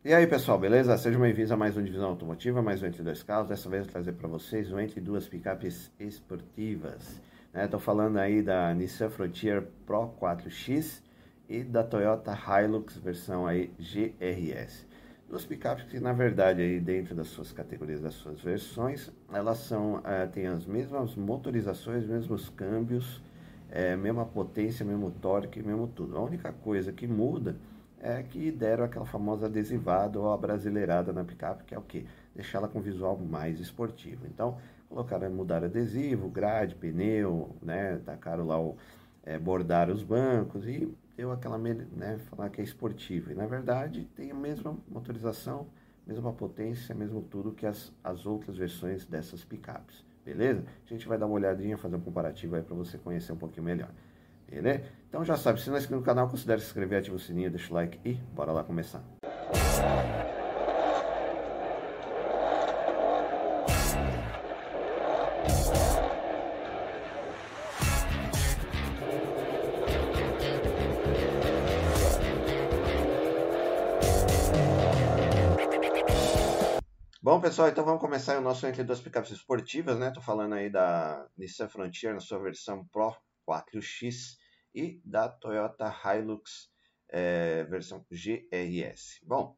E aí pessoal, beleza? Sejam bem-vindos a mais um Divisão Automotiva, mais um Entre Dois Carros. Dessa vez eu vou trazer para vocês um Entre Duas Picapes Esportivas. Estou falando aí da Nissan Frontier Pro 4X e da Toyota Hilux versão aí GRS. Duas picapes que na verdade aí dentro das suas categorias, das suas versões, elas têm as mesmas motorizações, mesmos câmbios, mesma potência, mesmo torque, mesmo tudo. A única coisa que muda é que deram aquela famosa adesivada ou abrasileirada na picape, que é o quê? Deixá-la com visual mais esportivo. Então, mudaram adesivo, grade, pneu, né? Tacaram lá bordaram os bancos e deu aquela, né? Falar que é esportivo. E na verdade tem a mesma motorização, mesma potência, mesmo tudo que as outras versões dessas picapes. Beleza? A gente vai dar uma olhadinha, fazer um comparativo aí para você conhecer um pouquinho melhor. Beleza? Então já sabe, se não é inscrito no canal, considere se inscrever, ativa o sininho, deixa o like e bora lá começar. Bom, pessoal, então vamos começar o nosso entre duas picapes esportivas, né? Tô falando aí da Nissan Frontier na sua versão Pro 4X e da Toyota Hilux versão GRS. Bom,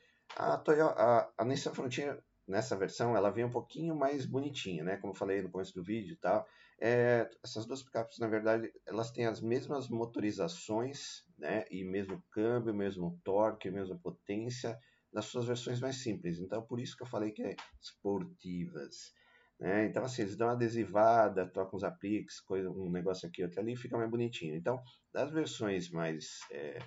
a Nissan Frontier nessa versão ela vem um pouquinho mais bonitinha, né? Como eu falei no começo do vídeo e tal. Essas duas picapes, na verdade, elas têm as mesmas motorizações, né? E mesmo câmbio, mesmo torque, mesma potência das suas versões mais simples. Então, por isso que eu falei que é esportivas. Né? Então, assim, eles dão uma adesivada, trocam os apliques, um negócio aqui, outro ali, fica mais bonitinho. Então, das versões mais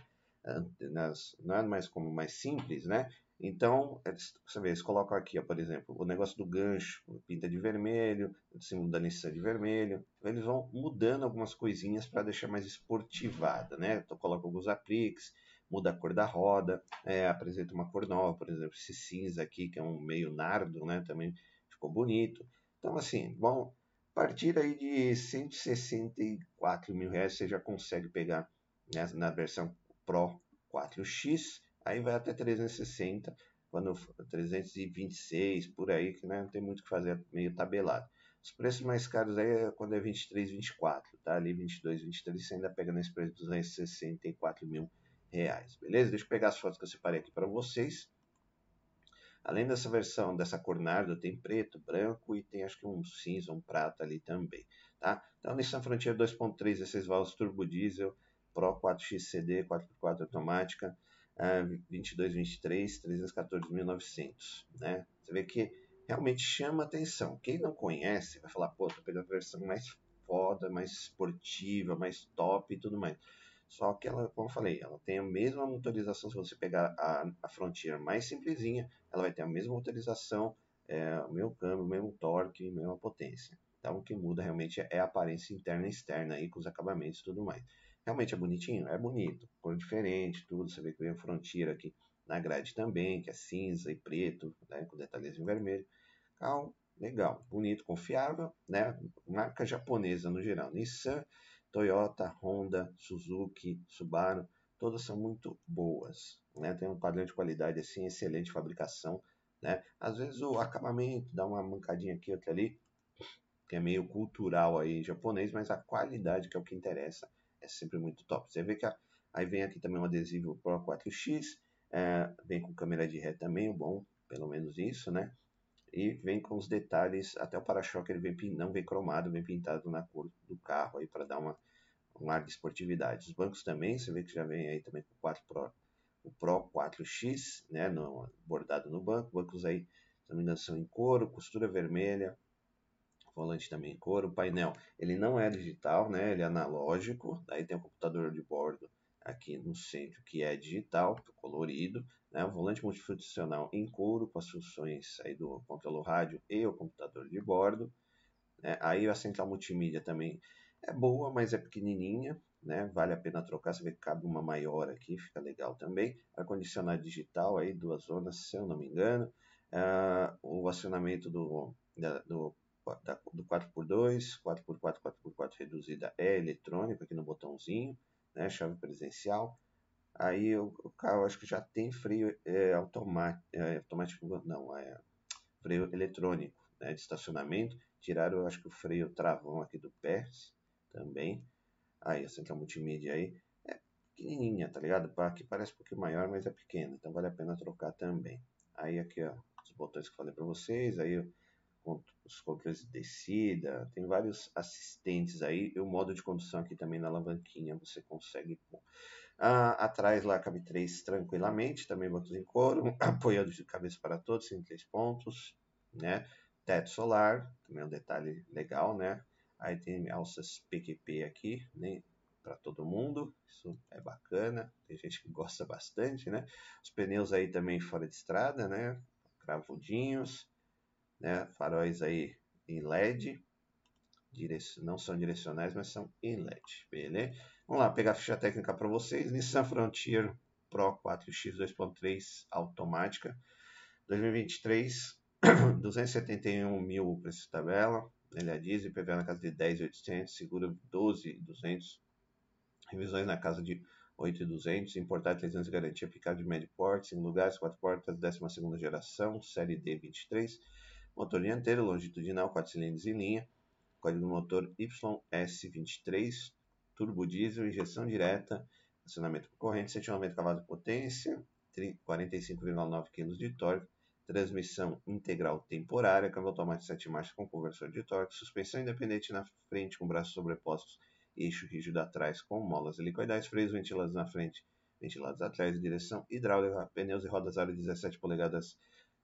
não é mais como mais simples, né? Então, você vê, eles colocam aqui, ó, por exemplo, o negócio do gancho, pinta de vermelho, o símbolo da Nissan de vermelho. Então, eles vão mudando algumas coisinhas para deixar mais esportivada, né? Então, coloca alguns apliques, muda a cor da roda, apresenta uma cor nova, por exemplo, esse cinza aqui, que é um meio nardo, né? Também ficou bonito. Então, assim, bom, a partir aí de 164 mil reais você já consegue pegar, né, na versão Pro 4X, aí vai até 360, quando 326 por aí, que, né, não tem muito o que fazer, meio tabelado. Os preços mais caros aí é quando é 23, 24, tá? Ali 22, 23 você ainda pega nesse preço de 264 mil reais, beleza? Deixa eu pegar as fotos que eu separei aqui para vocês. Além dessa versão, dessa cor nardo, tem preto, branco e tem acho que um cinza, um prata ali também, tá? Então, Nissan Frontier 2.3, 16 válvulas turbo diesel, Pro 4X CD, 4x4 automática, 22, 23, 314.900, né? Você vê que realmente chama atenção. Quem não conhece vai falar, pô, tô pegando a versão mais foda, mais esportiva, mais top e tudo mais. Só que ela, como eu falei, ela tem a mesma motorização. Se você pegar a Frontier mais simplesinha, ela vai ter a mesma motorização, o mesmo câmbio, o mesmo torque, a mesma potência. Então o que muda realmente é a aparência interna e externa aí, com os acabamentos e tudo mais. Realmente é bonitinho? É bonito. Cor diferente, tudo. Você vê que vem a Frontier aqui na grade também, que é cinza e preto, né, com detalhes em vermelho. Carro legal, bonito, confiável, né? Marca japonesa no geral. Nissan, Toyota, Honda, Suzuki, Subaru, todas são muito boas, né? Tem um padrão de qualidade assim, excelente fabricação, né? Às vezes o acabamento dá uma mancadinha aqui, outra ali, que é meio cultural aí japonês, mas a qualidade que é o que interessa é sempre muito top. Você vê que aí vem aqui também um adesivo Pro 4X, vem com câmera de ré também, o bom, pelo menos isso, né? E vem com os detalhes, até o para-choque ele não vem cromado, vem pintado na cor do carro aí para dar um ar de esportividade. Os bancos também, você vê que já vem aí também com o Pro 4X, né, bordado no banco. Bancos aí, se não me engano, são em couro, costura vermelha, volante também em couro. O painel, ele não é digital, né, ele é analógico. Daí tem o computador de bordo aqui no centro que é digital, colorido, né, o volante multifuncional em couro com as funções aí do controle rádio e o computador de bordo. Né. Aí a central multimídia também é boa, mas é pequenininha, né, vale a pena trocar. Você vê que cabe uma maior aqui, fica legal também. Ar-condicionado digital aí, 2 zonas, se eu não me engano. O acionamento do 4x2, 4x4, 4x4 reduzida é eletrônico aqui no botãozinho, né, chave presencial. Aí o carro acho que já tem freio automático, não, freio eletrônico, né, de estacionamento. Tiraram, eu acho que o freio travão aqui do pé também. Aí a central multimídia aí é pequenininha, tá ligado? Aqui parece um pouquinho maior, mas é pequena, então vale a pena trocar também. Aí aqui, ó, os botões que eu falei para vocês, aí os controles de descida, tem vários assistentes aí, e o modo de condução aqui também na alavanquinha você consegue pôr. Atrás lá cabe 3 tranquilamente, também botões em couro, apoio de cabeça para todos, em 3 pontos, né? Teto solar, também é um detalhe legal, né? Aí tem alças PQP aqui, né? Para todo mundo, isso é bacana, tem gente que gosta bastante, né? Os pneus aí também fora de estrada, né? Cravudinhos, né? Faróis aí em LED, não são direcionais, mas são em LED, beleza? Vamos lá, pegar a ficha técnica para vocês. Nissan Frontier Pro 4X 2.3 automática, 2023, 271 mil preço de tabela, ele é diesel, IPVA na casa de 10.800, seguro 12.200, revisões na casa de 8.200, importar 300 garantia, picape de médio porte, 5 lugares, 4 portas, 12ª geração, série D23, motor dianteiro, longitudinal, 4 cilindros em linha, código do motor YS23, turbo diesel, injeção direta, acionamento por corrente, 190 cavalos de potência, 45,9 kg de torque, transmissão integral temporária, câmbio automático 7 marchas com conversor de torque, suspensão independente na frente com braços sobrepostos, eixo rígido atrás com molas helicoidais, freios ventilados na frente, ventilados atrás, direção hidráulica, pneus e rodas aro 17 polegadas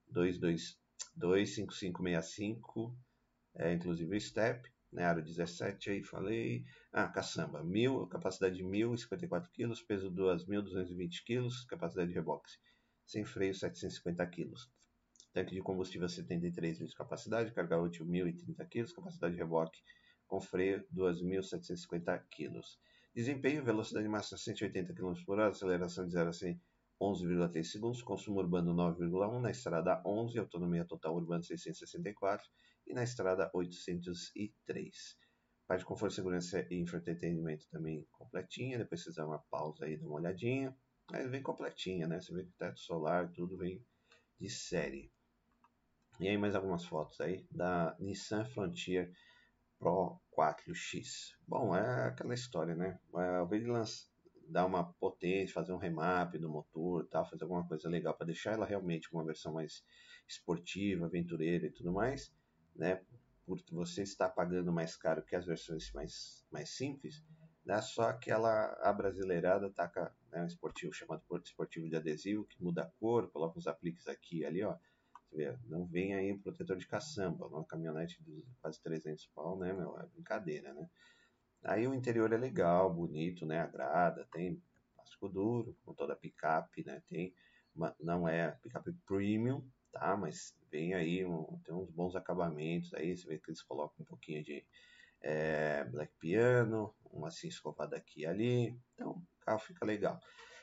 25565, inclusive o step, né, aro 17 aí falei, caçamba, capacidade de 1.054 kg, peso 2.220 kg, capacidade de reboque, sem freio 750 kg, tanque de combustível 73 litros, capacidade, carga útil 1.030 kg, capacidade de reboque com freio 2.750 kg. Desempenho, velocidade máxima 180 km por hora, aceleração de 0 a 100 11,3 segundos, consumo urbano 9,1, na estrada 11, autonomia total urbana 664 e na estrada 803. Parte de conforto, segurança e entretenimento também completinha, depois vocês dão uma pausa aí, dão uma olhadinha, aí vem completinha, né? Você vê que teto solar, tudo vem de série. E aí mais algumas fotos aí da Nissan Frontier Pro 4X. Bom, é aquela história, né? Ao invés de dar uma potência, fazer um remap do motor, tá? Fazer alguma coisa legal para deixar ela realmente com uma versão mais esportiva, aventureira e tudo mais, né? Por você estar pagando mais caro que as versões mais simples, né? Só que ela, a brasileirada taca, né, um esportivo chamado esportivo de adesivo, que muda a cor, coloca os apliques aqui e ali, ó. Não vem aí um protetor de caçamba, uma caminhonete de quase 300 pau, né, meu? É brincadeira, né? Aí o interior é legal, bonito, né? Agrada, tem plástico duro, com toda a picape, né? Não é picape premium, tá? Mas vem aí, tem uns bons acabamentos aí, você vê que eles colocam um pouquinho de black piano, uma assim escovada aqui e ali, então o carro fica legal.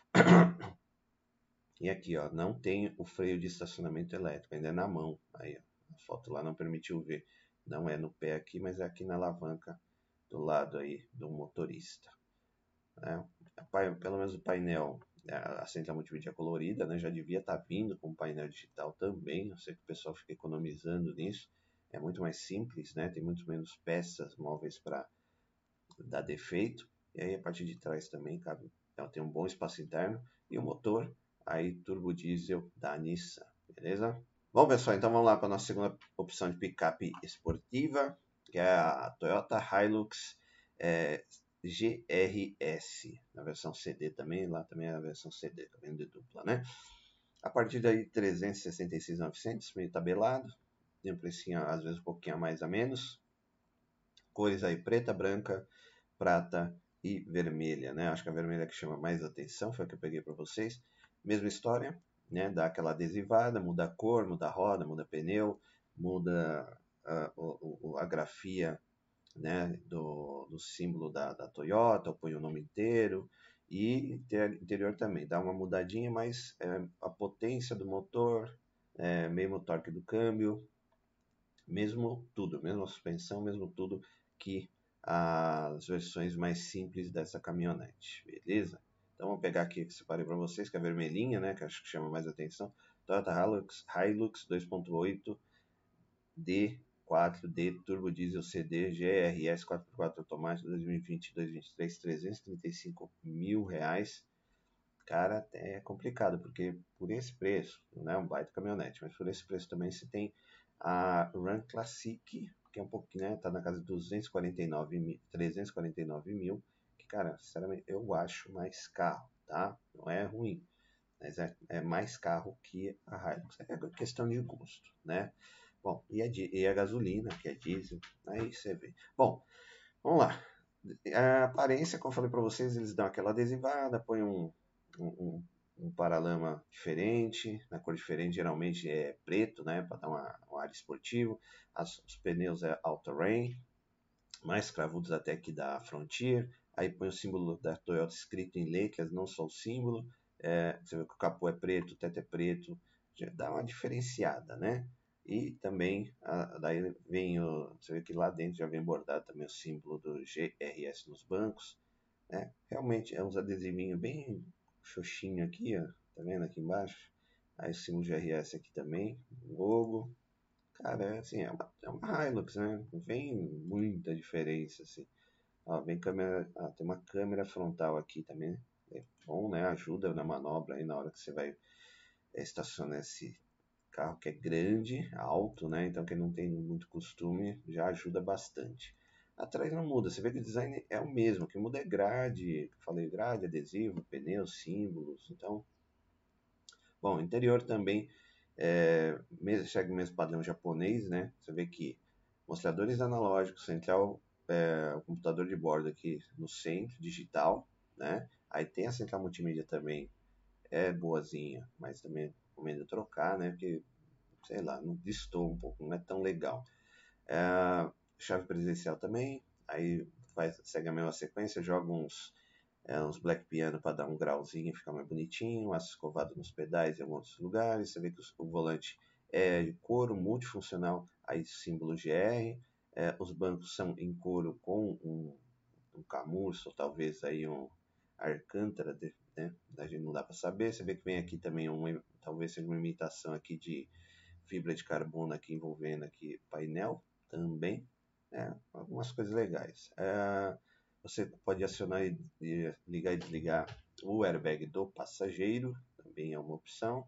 E aqui, ó, não tem o freio de estacionamento elétrico, ainda é na mão. Aí, ó, a foto lá não permitiu ver. Não é no pé aqui, mas é aqui na alavanca do lado aí do motorista. Né? Pelo menos o painel, a central multimídia colorida, né? Já devia estar vindo com painel digital também. Eu sei que o pessoal fica economizando nisso. É muito mais simples, né? Tem muito menos peças móveis para dar defeito. E aí a parte de trás também cabe, ela tem um bom espaço interno e o motor aí turbo diesel da Nissan, beleza? Bom pessoal, então vamos lá para a nossa segunda opção de picape esportiva, que é a Toyota Hilux GRS, na versão CD também, lá também é a versão CD, também de dupla, né? A partir daí 366.900, meio tabelado, tem um precinho às vezes um pouquinho a mais a menos, cores aí preta, branca, prata e vermelha, né? Acho que a vermelha que chama mais atenção, foi a que eu peguei para vocês. Mesma história, né? Dá aquela adesivada, muda a cor, muda a roda, muda pneu, muda a grafia, né? Do símbolo da Toyota, põe o nome inteiro. E interior também, dá uma mudadinha, mas a potência do motor, mesmo torque do câmbio, mesmo tudo, mesmo a suspensão, mesmo tudo, que as versões mais simples dessa caminhonete, beleza? Então vamos pegar aqui que separei para vocês, que é a vermelhinha, né, que acho que chama mais atenção. Toyota Hilux 2.8 D4D Turbo Diesel CD GRS 4x4 automático 2020-2023, R$ 335.000. Cara, é complicado, porque por esse preço, não é um baita caminhonete, mas por esse preço também você tem a Ram Classic, que é um pouquinho, né, tá na casa de 349 mil, que, cara, sinceramente, eu acho mais carro, tá? Não é ruim, mas é mais carro que a Hilux. É questão de gosto, né? Bom, e a gasolina, que é diesel, aí você vê. Bom, vamos lá. A aparência, como eu falei para vocês, eles dão aquela adesivada, põem um, um paralama diferente, na cor diferente, geralmente é preto, né, para dar um ar esportivo. Os pneus é all-terrain, mais cravudos até que da Frontier. Aí põe o símbolo da Toyota escrito em letras, não só o símbolo. Você vê que o capô é preto, o teto é preto, já dá uma diferenciada, né? E também, daí vem você vê que lá dentro já vem bordado também o símbolo do GRS nos bancos, né? Realmente é uns adesivinhos bem xoxinho aqui, ó, tá vendo aqui embaixo? Aí o símbolo GRS aqui também, logo. Cara, assim, é uma Hilux, né? Não vem muita diferença, assim. Ó, vem câmera, tem uma câmera frontal aqui também, é bom, né? Ajuda na manobra aí na hora que você vai estacionar esse carro que é grande, alto, né? Então quem não tem muito costume já ajuda bastante. Atrás não muda, você vê que o design é o mesmo, o que muda é grade, falei grade, adesivo, pneus, símbolos. Então, bom, interior também segue o mesmo padrão japonês, né? Você vê que mostradores analógicos, central, o computador de bordo aqui no centro, digital, né? Aí tem a central multimídia também, é boazinha, mas também recomendo trocar, né? Porque, sei lá, não distou um pouco, não é tão legal. Chave presidencial também, aí segue a mesma sequência, joga uns black piano para dar um grauzinho e ficar mais bonitinho, aço escovado nos pedais em alguns lugares. Você vê que o volante é de couro multifuncional, aí símbolo GR. Os bancos são em couro com um camurça, ou talvez aí um Alcântara, né? A gente não dá para saber. Você vê que vem aqui também talvez seja uma imitação aqui de fibra de carbono aqui envolvendo aqui painel também. Algumas coisas legais. Você pode acionar e ligar e desligar o airbag do passageiro, também é uma opção.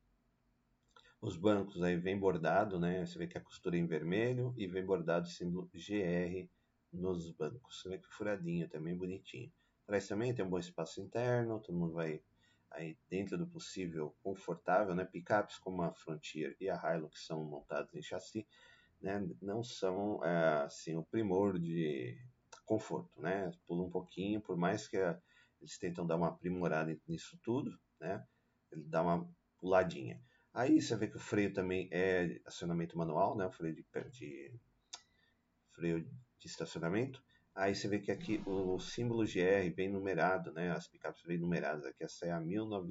Os bancos aí vem bordado, né? Você vê que a costura é em vermelho e vem bordado o símbolo GR nos bancos. Você vê que furadinho também bonitinho. Atrás também tem um bom espaço interno, todo mundo vai aí dentro do possível confortável, né? Picapes como a Frontier e a Hilux são montados em chassi, né? Não são assim o primor de conforto, né? Pula um pouquinho, por mais que eles tentam dar uma aprimorada nisso tudo, né? Ele dá uma puladinha. Aí você vê que o freio também é acionamento manual, né? O freio de estacionamento. Aí você vê que aqui o símbolo GR bem numerado, né? As picapes bem numeradas aqui. Essa é a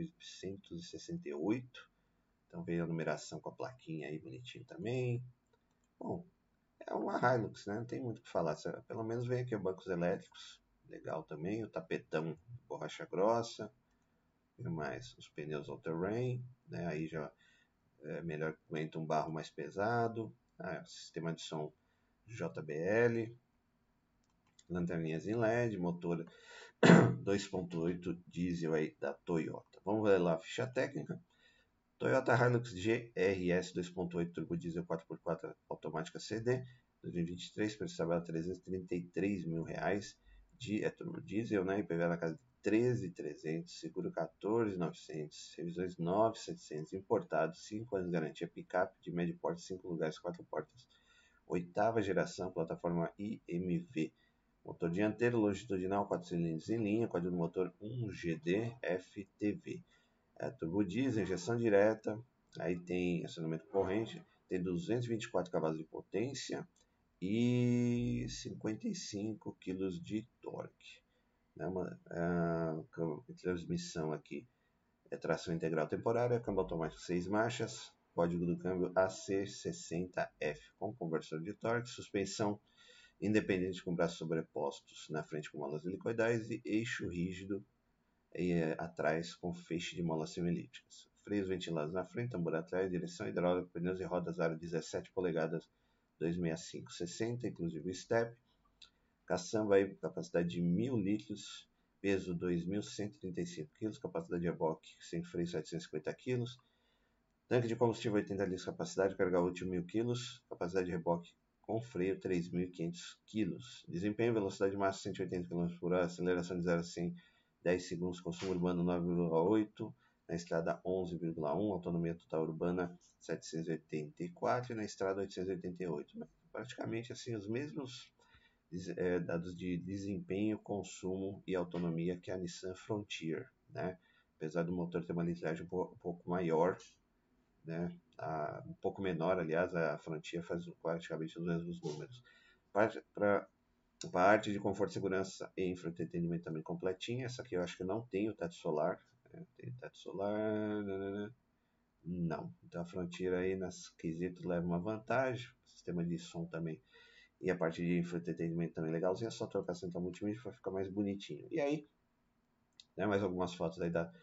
1968. Então veio a numeração com a plaquinha aí bonitinho também. Bom, é uma Hilux, né? Não tem muito o que falar. Pelo menos vem aqui os bancos elétricos. Legal também. O tapetão de borracha grossa. E mais os pneus all-terrain, né? Aí já é melhor que aguenta um barro mais pesado. Sistema de som JBL. Lanterninhas em LED. Motor 2.8 diesel aí da Toyota. Vamos ver lá a ficha técnica. Toyota Hilux GRS 2.8 Turbo Diesel 4x4 automática CD 2023, preço tabela R$ 333.000. É turbo diesel, né? IPVA na casa de 13.300, seguro 14.900, revisões 9.700, importado, 5 anos de garantia, picape de médio porte, 5 lugares, 4 portas, oitava geração, plataforma IMV. Motor dianteiro longitudinal 4 cilindros em linha, quadro do motor 1GD FTV. Turbo diesel, injeção direta, aí tem acionamento corrente, tem 224 cavalos de potência e 55 kg de torque. Transmissão aqui é tração integral temporária, câmbio automático 6 marchas, código do câmbio AC60F com conversor de torque, suspensão independente com braços sobrepostos na frente com molas helicoidais e eixo rígido e atrás com feixe de molas semi-elípticas. Freios ventilados na frente, tambor atrás, direção hidráulica, pneus e rodas aro 17 polegadas 265/60, inclusive o step. Caçamba aí, capacidade de 1.000 litros, peso 2.135 kg, capacidade de reboque sem freio 750 kg, tanque de combustível 80 litros, capacidade, carga útil 1.000 kg, capacidade de reboque com freio 3.500 kg, desempenho, velocidade máxima 180 km por hora, aceleração de 0 a 100 10 segundos, consumo urbano 9,8, na estrada 11,1, autonomia total urbana 784 e na estrada 888. Praticamente assim os mesmos dados de desempenho, consumo e autonomia que a Nissan Frontier, né? Apesar do motor ter uma litragem um pouco maior, né? Um pouco menor, aliás, a Frontier faz praticamente os mesmos números. Para parte de conforto, segurança e infoentretenimento também completinha. Essa aqui eu acho que não tem o teto solar. Tem teto solar. Não. Então a Frontier aí nas quesitos leva uma vantagem. Sistema de som também. E a parte de infoentretenimento também legalzinha. É só trocar a central multimídia para ficar mais bonitinho. E aí, né, mais algumas fotos aí da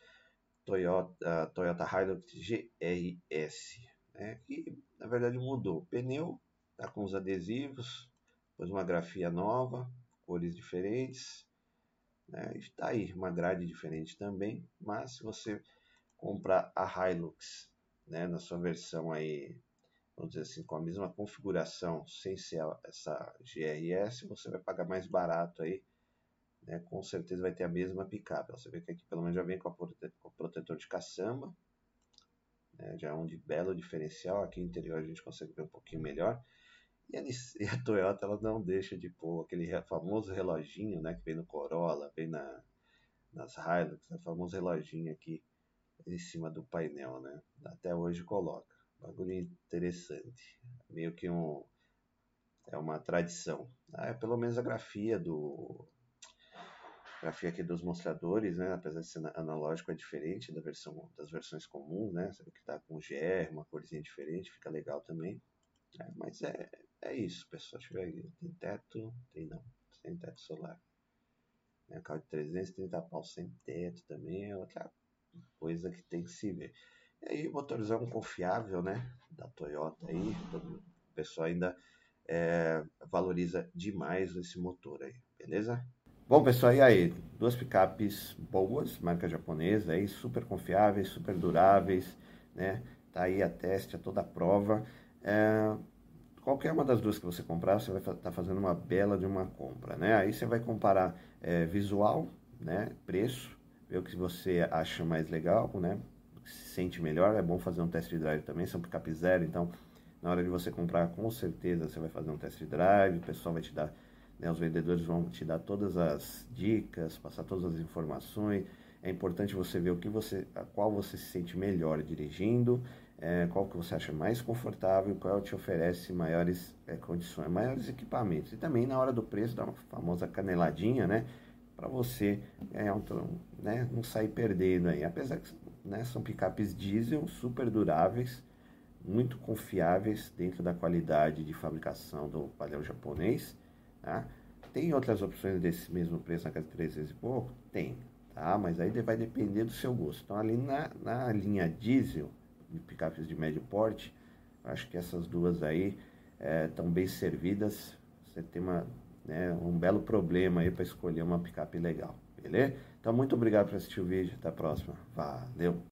Toyota Hilux GRS. Né, que na verdade mudou. O pneu tá com os adesivos. Depois uma grafia nova. Cores diferentes. Né, está aí uma grade diferente também. Mas se você comprar a Hilux, né, na sua versão aí, vamos dizer assim, com a mesma configuração, sem ser essa GRS, você vai pagar mais barato aí, né? Com certeza vai ter a mesma picape. Você vê que aqui pelo menos já vem com o protetor de caçamba, né? Já é um belo diferencial. Aqui no interior a gente consegue ver um pouquinho melhor. E a Toyota ela não deixa de pôr aquele famoso reloginho, né? Que vem no Corolla, vem nas Hilux, o famoso reloginho aqui em cima do painel, né? Até hoje coloca. Bagulho interessante. Meio que é uma tradição. Pelo menos a grafia aqui dos mostradores, né? Apesar de ser analógico, é diferente das versões comuns, né? Você vê que tá com GR, uma corzinha diferente, fica legal também. Mas é isso, pessoal. Deixa eu ver aqui. Tem teto? Tem não. Sem teto solar. Carro de 330 pau sem teto também é outra coisa que tem que se ver. E aí, motorzão confiável, né? Da Toyota aí. O pessoal ainda valoriza demais esse motor aí, beleza? Bom, pessoal, e aí? Duas picapes boas, marca japonesa aí, super confiáveis, super duráveis, né? Tá aí a teste, a toda a prova. Qualquer uma das duas que você comprar, você vai estar fazendo uma bela de uma compra, né? Aí você vai comparar visual, né? Preço, ver o que você acha mais legal, né? Se sente melhor, é bom fazer um test drive também, são picape zero, então na hora de você comprar, com certeza você vai fazer um test drive, o pessoal vai te dar, né, os vendedores vão te dar todas as dicas, passar todas as informações. É importante você ver a qual você se sente melhor dirigindo, qual que você acha mais confortável, qual te oferece maiores condições, maiores equipamentos. E também na hora do preço, dá uma famosa caneladinha, né? Para você né, não sair perdendo aí. Apesar que, né, são picapes diesel super duráveis, muito confiáveis dentro da qualidade de fabricação do padrão japonês, tá? Tem outras opções desse mesmo preço na casa de 3 vezes e pouco? Tem, tá? Mas aí vai depender do seu gosto. Então ali na linha diesel, de picapes de médio porte, acho que essas duas aí estão bem servidas. Você tem um belo problema aí para escolher uma picape legal, beleza? Então muito obrigado por assistir o vídeo, até a próxima, valeu!